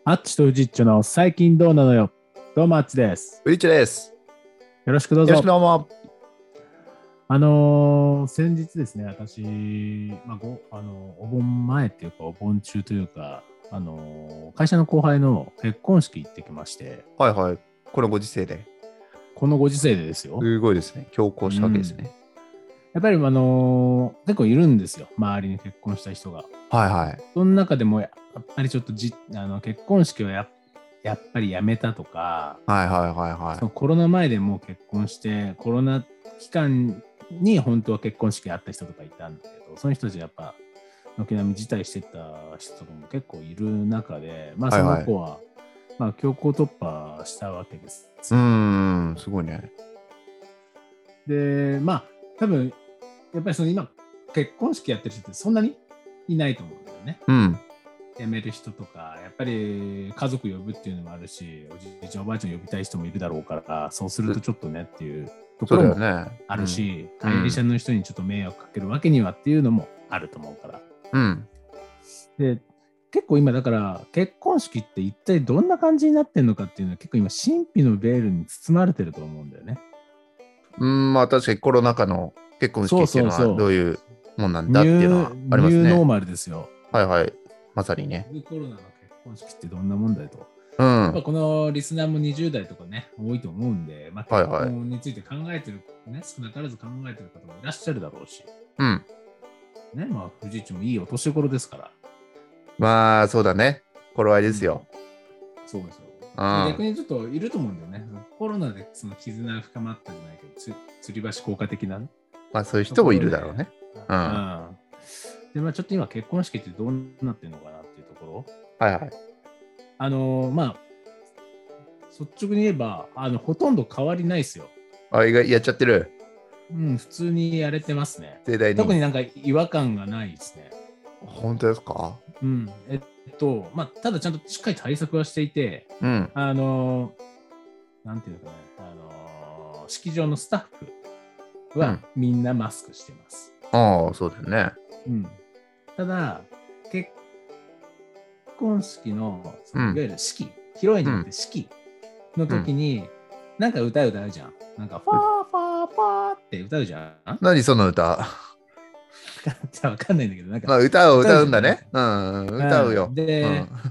アッチとフジッチョの最近どうなのよ。どうもアッチです。 ウリッチです。 よろしくどうよろしくぞ。 どうも。 先日ですね、私、お盆前っていうか、お盆中というか、会社の後輩の結婚式行ってきまして、 はいはい。このご時世で。 このご時世でですよ。 すごいですね。強行したわけですね。 やっぱり、結構いるんですよ。周りに結婚した人が。 はいはい。 その中でも、やっぱりちょっと結婚式はやっぱりやめたとか、 はいはいはいはそのコロナ前でもう結婚して、コロナ期間に本当は結婚式あった人とかいたんだけど、その人たちやっぱ、軒並み辞退してた人とかも結構いる中で、まあそのい。はいはい。 子は、まあ強行突破したわけです。 すごいね。 で、まあ多分、やっぱりその今、結婚式やってる人ってそんなにいないと思うんだよね。 うん。 辞める人とか、やっぱり家族呼ぶっていうのもあるし、おじいちゃんおばあちゃん呼びたい人もいるだろうから、そうするとちょっとねっていうとそうだよころもね。 あるし、 うん。 会社の人にちょっと迷惑かけるわけにはっていうのもあると思うから。 うん。 で、結構今だから結婚式って一体どんな感じになってるのかっていうのは結構今神秘のベールに包まれてると思うんだよね。 まあ確かにコロナ禍の結婚式そうっていうのはどそうそういうもんなんう。 だっていうのはありますね。 ニューノーマルですよ。 はいはい。まさにね。 コロナの結婚式ってどんなもんだよと。 うん。 やっぱこのリスナーも20代とかね、多いと思うんで、まあ、結はいはい。 婚について考えてる、ね、少なからず考えてる方もいらっしゃるだろうし、 うん。 ね、まあ、藤井ちもいいお年頃ですから。 まあそうだね。頃合いでうん、 すよ。 そうですよ。 うん。はで逆にちょっといると思うんだよね。コロナでその絆が深まったじゃないけど、吊り橋効果的なまあそういうと人もいころで、 るだろうね。うん。はで、まあ、ちょっと今結婚式ってどうなってるのかなっていうところ。 いはい。 まあ、率直に言えば、ほとんど変わりないですよ。 あ、意外やっちゃってる。 うん、普通にやれてますね。 盛大に。 特になんか違和感がないですね。 本当ですか？ うん。まあ、ただちゃんとしっかり対策はしていて、 うん。 なんていうのかね、式場のスタッフはうん。 みんなマスクしてます。 ああ、そうだよね。 うん。ただ、結婚式の、 うん。 いわゆる式、披露宴じゃなくうん。 て式のうん。 時に、なんか歌うじゃん。なんか、ファーファーファーって歌うじゃん。 何その歌？ わかんないんだけど、なんかまあ、歌を歌うじゃん、なんか。 歌うんだね。うん。歌ううん。 よ。うん。 で、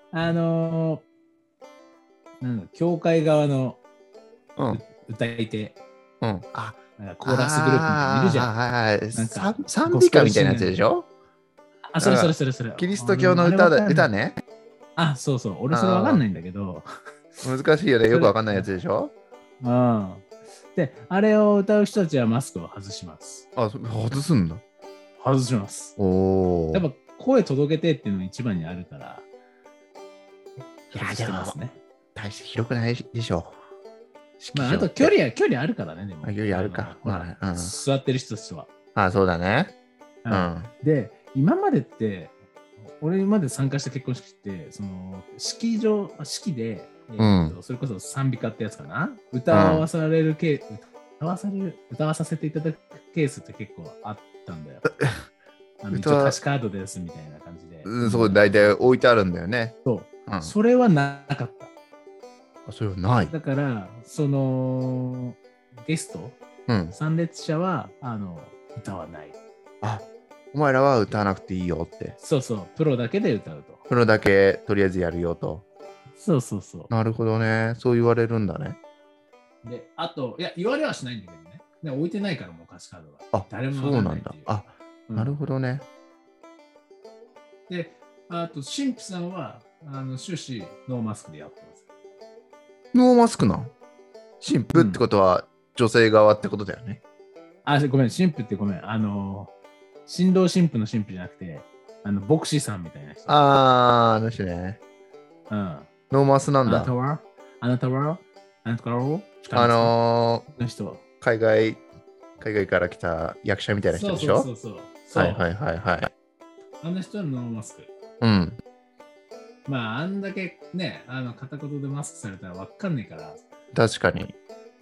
教会側のうん。 歌い手、 うん。あなんかコーラスグループみたいにいるじゃん。 あー、はいはい。 なんか、 賛美ゴスペ歌みたいなやつルシンガー。 でしょ？ あ、それなんか、 それそれそれ。 キリスト教のあれわ歌だ、 かんない。 歌ね。 あ、そうそう。俺それわかんあないんだけど、 あ、難しいよね。 それ、 よくわかんないやつでしょ？ うん。で、あれを歌う人たちはマスクを外します。 あ、外すんだ。 外します。 おー。 やっぱ声届けてっていうのが一番にあるから、 いや、 外しでも、 てますね。 大して広くないでしょ。式まあ、あ場って。 距離あるからね、でも。 あ、距離あるか。 ほら、 まあ、うん。 座ってる人たちとは。 あ、そうだね。 うん。 うん。 で、今までって、俺今まで参加した結婚式って、式で、 うん。 それこそ賛美歌ってやつかな、 うん。 歌わさせていただくケースって結構あったんだよ。一応歌歌、 詞カードですみたいな感じで。 うん、そう、大体置いてあるんだよね。 そう。 うん。あ、 それはなかった。 それはない。 だから、ゲスト、 うん。 参列者は、歌わない。 あ、お前らは歌わなくていいよって。 そうそう、プロだけで歌うと。 それだけとりあえずやるよと。 そうそうそなるほどね。そう言われるんだね。 う。で、あと、いや、言われはしないんだけどね。で置いてないから、もう歌詞カードが。 あ、 誰もわそうなんだ。 かんないっていう。 あ、なるほどね。 で、あと、神父さんは、終始ノーマスクでやってます。 ノーマスクなん神父ってうん。 ことは女性側ってことだよね。 あ、ごめん、神父ってごめん。新郎新婦の神父じゃなくて、牧師さんみたいな人。 あの人ね。 うん。 ノーマスなんあなただ。 はあなたはあなたから力ですかの人。 海外から来た役者みたいな人そうそうでしょ？ そうそう。そう。 はいはいはいはい。 あんな人はノーマスク。 うん。 まあ、あんだけね、片言でマスクされたらわかんないから、っ確かに。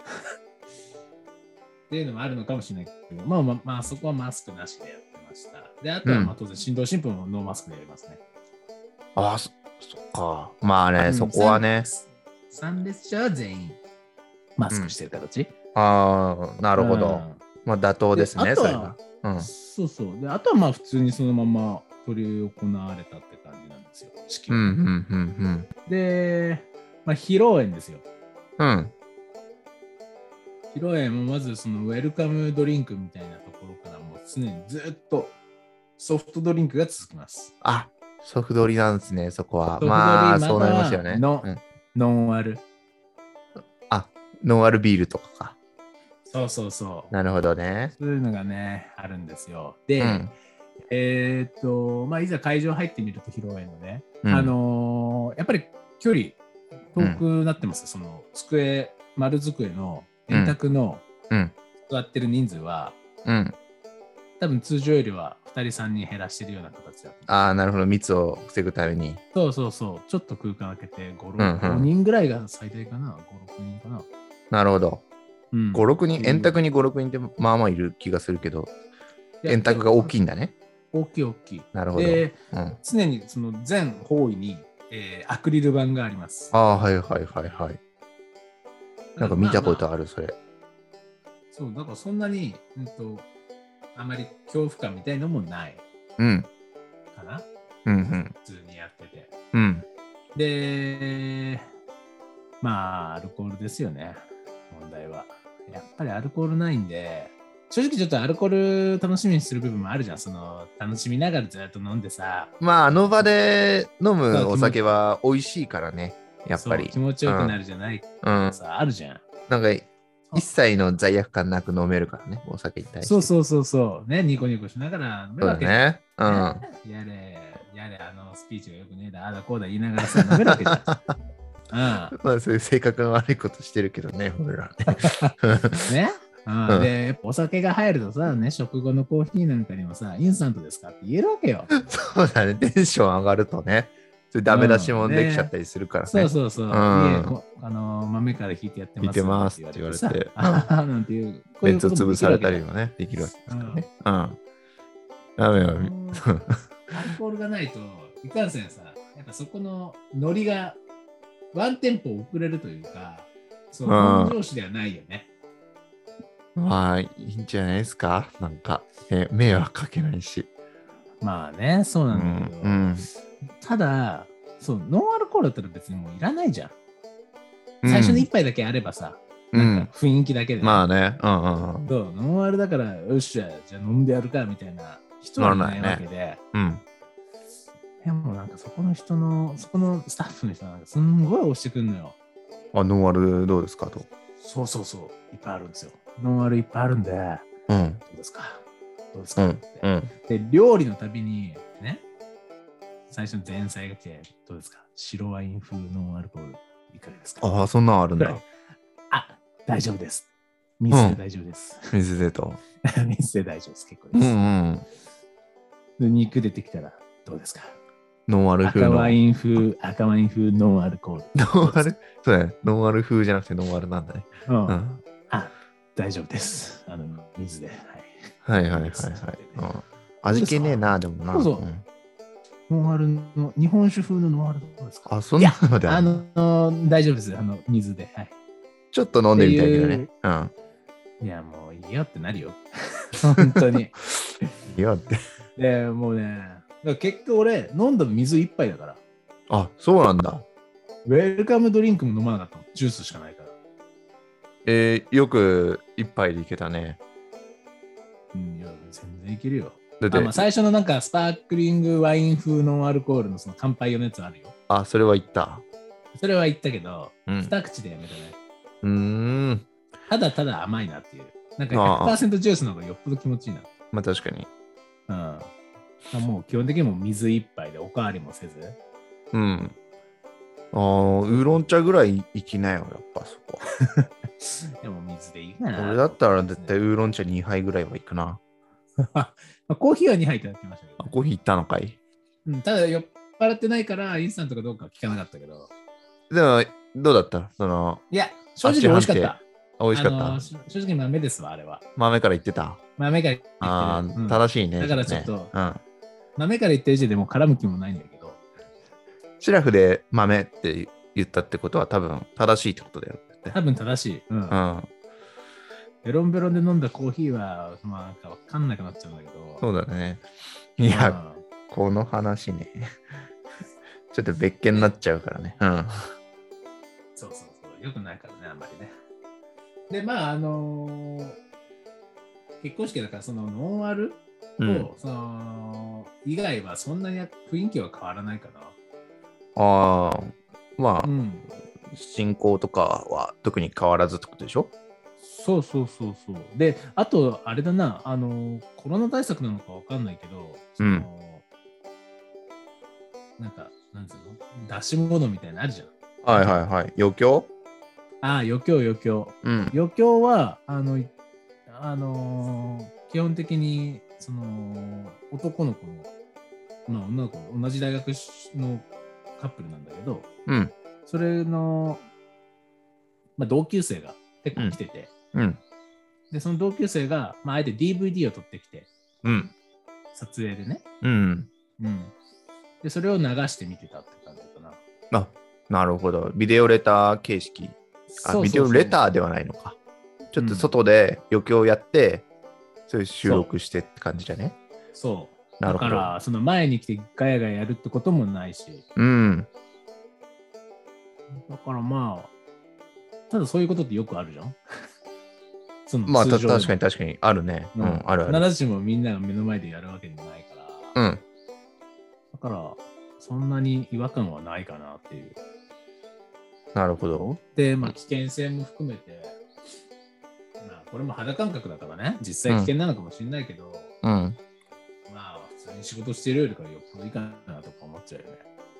ていうのもあるのかもしれないけど、まあ、そこはマスクなしでやってました。で、あとは、まあ、 うん。 当然、新郎新婦もノーマスクでやりますね。 あ、そっか。まあね、そこはね。 参列者は全員マスクしてる形。 ああ、なるほど。まあ妥当ですね、それが。 そうそう。で、あとはまあ普通にそのまま執り行われたって感じなんですよ、式は。で、まあ披露宴ですよ。披露宴もまずそのウェルカムドリンクみたいなところからもう常にずっとソフトドリンクが続きます。 あ、ソフトドリなんですね、そこは。 まあ、 そうなりますよね。 ノンアル。 ノンアルビールとかか。 そうそうそう。 なるほどね。 そういうのがね、あるんですよ。で、まあ、いざ会場入ってみると披露宴のね、やっぱり距離遠くなってます。その丸机の円卓の座ってる人数は、多分通常よりは2人3人減らしてるような形だと。 ああ、なるほど。密を防ぐために。 そうそうそう。ちょっと空間開けて5人ぐらいが最大かな。5、6人かな。 なるほど。5、6人、円卓に5、6人ってまあまあいる気がするけど、円卓が大きいんだね。 大きい大きい。 なるほど。 で、常にその全方位に、アクリル板があります。 ああ、はいはいはいはい。なんか見たことある、それ。 そう、だからそんなに、あまり恐怖感みたいのもないかな。 普通にやってて。で、まあ、アルコールですよね、問題は。やっぱりアルコールないんで、正直ちょっとアルコール楽しみにする部分もあるじゃん。その楽しみながらずっと飲んでさ。 まあ、あの場で飲むお酒は美味しいからね、やっぱり。 気持ちよくなるじゃないかさ、あるじゃん。 なんか一切の罪悪感なく飲めるからね、お酒に対して。 そう。ね、ニコニコしながら飲めるわけね。 やれ、スピーチがよくねえだ、あだこうだ言いながらさ、飲めるわけじゃん。 まあ、そういう性格の悪いことしてるけどね、俺らね。で、やっぱお酒が入るとさ、ね、食後のコーヒーなんかにもさ、インスタントですかって言えるわけよ。 そうだね、テンション上がるとね。ダメ出しもできちゃったりするからね。 そう。豆から引いてやってます。 引いてますって言われて。 なんていう。 メンツ潰されたりもね、できるわけですからね。ダメよ。 アルコールがないと、いかんせんさ、やっぱそこのノリがワンテンポ遅れるというか、そう、本調子ではないよね。 まあ、いいんじゃないですか。なんか、迷惑かけないし。 まあね、そうなんだけど、ただ、そう、ノンアルコールだったら別にもういらないじゃん。最初の一杯だけあればさ、なんか雰囲気だけで、 まあね、 そう、ノンアルだから、よっしゃ、じゃあ飲んでやるかみたいな人はいないわけで、でもなんかそこのスタッフの人なんかすんごい押してくんのよ。 ノンアルどうですかと。 そう、いっぱいあるんですよ。ノンアルいっぱいあるんで、どうですかって。で、料理のたびに、ね、最初の前菜が来て、どうですか白ワイン風ノンアルコールいかがですか。 ああ、そんなんあるんだ。 大丈夫です。水で大丈夫です。 水でと。 水で大丈夫です。結構です。で肉出てきたらどうですか。 ノンアル風の赤ワイン風ノンアルコール。 ノンアルそうだね。ノンアル風じゃなくてノンアルなんだね。 大丈夫です。水で。 はい。味気ねえな、でもな。 そう。ノンアルの、日本酒風のノンアルどうですか。 あ、そんなので大丈夫です。水で。はい。 ちょっと飲んでみたいけどね。 いや、もういいよってなるよ。本当に。 いいよって。 で、もうね、結局俺、飲んだの水一杯だから。 あ、そうなんだ。 ウェルカムドリンクも飲まなかったの。ジュースしかないから。 よく一杯でいけたね。 いや、全然いけるよ。 だって最初のなんかスパークリングワイン風ノンアルコールのその乾杯用のやつあるよ。 あ、それは言った。 それは言ったけど、二口でやめたね。ただただ甘いなっていう。なんか 100% ジュースの方がよっぽど気持ちいいな。 まあ確かに。 もう基本的にも水一杯でおかわりもせず。 ウーロン茶ぐらいいきなよ、やっぱそこ。 でも水でいいかな。 俺だったら絶対ウーロン茶2杯ぐらいはいくな。 コーヒーは2杯いただきましたけど、 コーヒーいったのかい。 ただ酔っ払ってないからインスタントかどうかは聞かなかったけど。 でもどうだった？ いや、正直美味しかった。 美味しかった。 正直豆ですわ、あれは。 豆から言ってた。 豆から言ってる。正しいね。 だからちょっと、豆から言ってる時点でもう絡む気もないんだけど。 シラフで豆って言ったってことは多分正しいってことだよって。 多分正しい。うん。ベロンベロンで飲んだコーヒーは、まあ、なんか分かんなくなっちゃうんだけど。 そうだね。いや、この話ね。ちょっと別件になっちゃうからね。 そう。よくないからね、あんまりね。で、まあ、結婚式だから、そのノンアルと、その以外はそんなに雰囲気は変わらないかな。 ああ、まあ、進行とかは特に変わらずってことでしょ？ そう。で、あと、あれだな、コロナ対策なのかわかんないけど、なんか、なんつうの？出し物みたいなのあるじゃん。 はい。余興？ 余興。余興は、基本的に、その、男の子の、まあ、女の子の同じ大学のカップルなんだけど、それの、まあ、同級生が結構来てて、で、その同級生が、まあ、あえて DVD を撮ってきて、撮影でね、で、それを流して見てたって感じかな。 なるほど。ビデオレター形式。ビデオレターではないのか。ちょっと外で余興やって、そういう収録してって感じだね。 そう。だから、その前に来てガヤガヤやるってこともないし。だからまあ、ただそういうことってよくあるじゃん。 まあ、確かにあるね。ある。 必ずしもみんなが目の前でやるわけじゃないから。だから、そんなに違和感はないかなっていう。 なるほど。 で、まあ、危険性も含めて、まあ、これも肌感覚だからね、実際危険なのかもしれないけど、まあ、普通に仕事してるよりかよっぽどいいかなとか思っちゃうよね。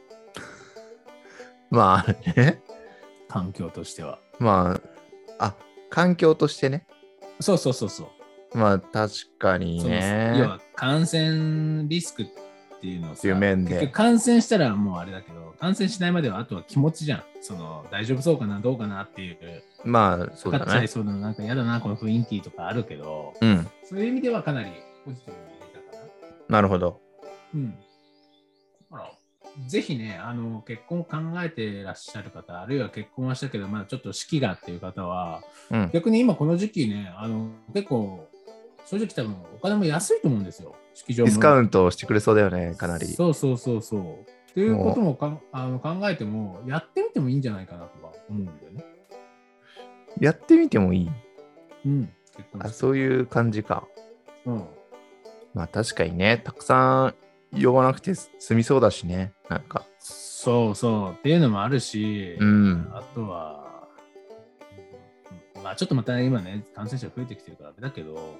まあね。 環境としては。 環境としてね。 そう。 まあ、確かにね。 要は、感染リスクっていうのをさ、 結局感染したらもうあれだけど、感染しないまではあとは気持ちじゃん。大丈夫そうかな、どうかなっていう。 まあ、そうだね。 かかっちゃいそうな、なんか嫌だな、この雰囲気とかあるけど、そういう意味ではかなりポジティブに入れたかな。 なるほど。 だからぜひね、結婚を考えてらっしゃる方、あるいは結婚はしたけど、まだちょっと式がっていう方は、逆に今この時期ね、結構、正直多分お金も安いと思うんですよ、式場も。 ディスカウントしてくれそうだよね、かなり。 そう。っていうことも考えても、やってみてもいいんじゃないかなとか思うんだよね。 やってみてもいい？そういう感じか。まあ確かにね、たくさん呼ばなくて済みそうだしね、なんか。 そうっていうのもあるし、あとは、まあちょっとまた今ね、感染者増えてきてるからあれだけど、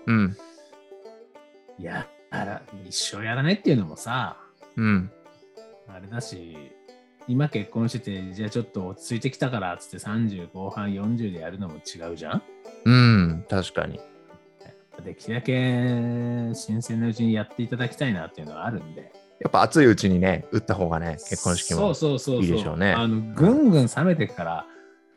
一生やらねっていうのもさ、あれだし、今結婚してて、じゃあちょっと落ち着いてきたからっつって30後半40でやるのも違うじゃん？ 確かに。 できるだけ新鮮なうちにやっていただきたいなっていうのはあるんで。 やっぱ熱いうちにね、打った方がね、結婚式もいいでしょうね。 ぐんぐん冷めてくから、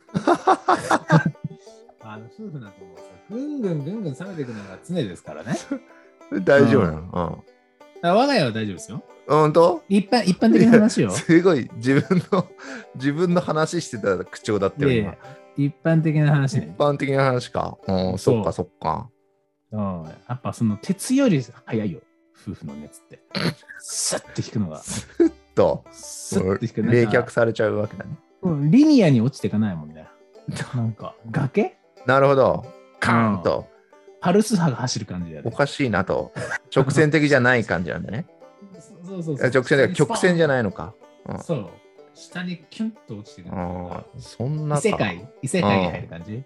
夫婦だともうさ、ぐんぐん冷めてくのが常ですからね。 大丈夫なの？ 我が家は大丈夫ですよ。 本当？ 一般的な話よ。 すごい自分の話してた口調だったよ今。 一般的な話ね。 一般的な話か。そっか。 やっぱその鉄より早いよ、夫婦の熱って。スッて引くのが。スッと引く。 冷却されちゃうわけだね。 リニアに落ちていかないもんね。なんか崖？ なるほど。カーンと。 パルス波が走る感じだよね。 おかしいなと。直線的じゃない感じなんだね。 そう。 直線で曲線じゃないのか。 そう。下にキュンと落ちてくる。 そんなか。 異世界に入る感じ？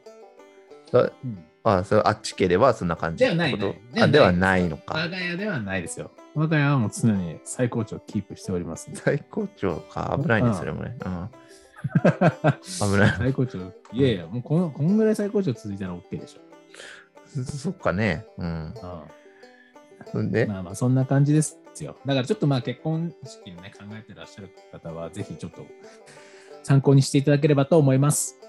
あっち系ではそんな感じではない。 ではないのか。 我が家ではないですよ。我が家はもう常に最高潮をキープしております。 最高潮か。危ないね、それもね。危ない。 最高潮。いや、もうこんぐらい最高潮続いたら OK でしょ。 そっかね。 でまあそんな感じですよ。だからちょっと結婚式をね考えてらっしゃる方はぜひちょっと参考にしていただければと思います。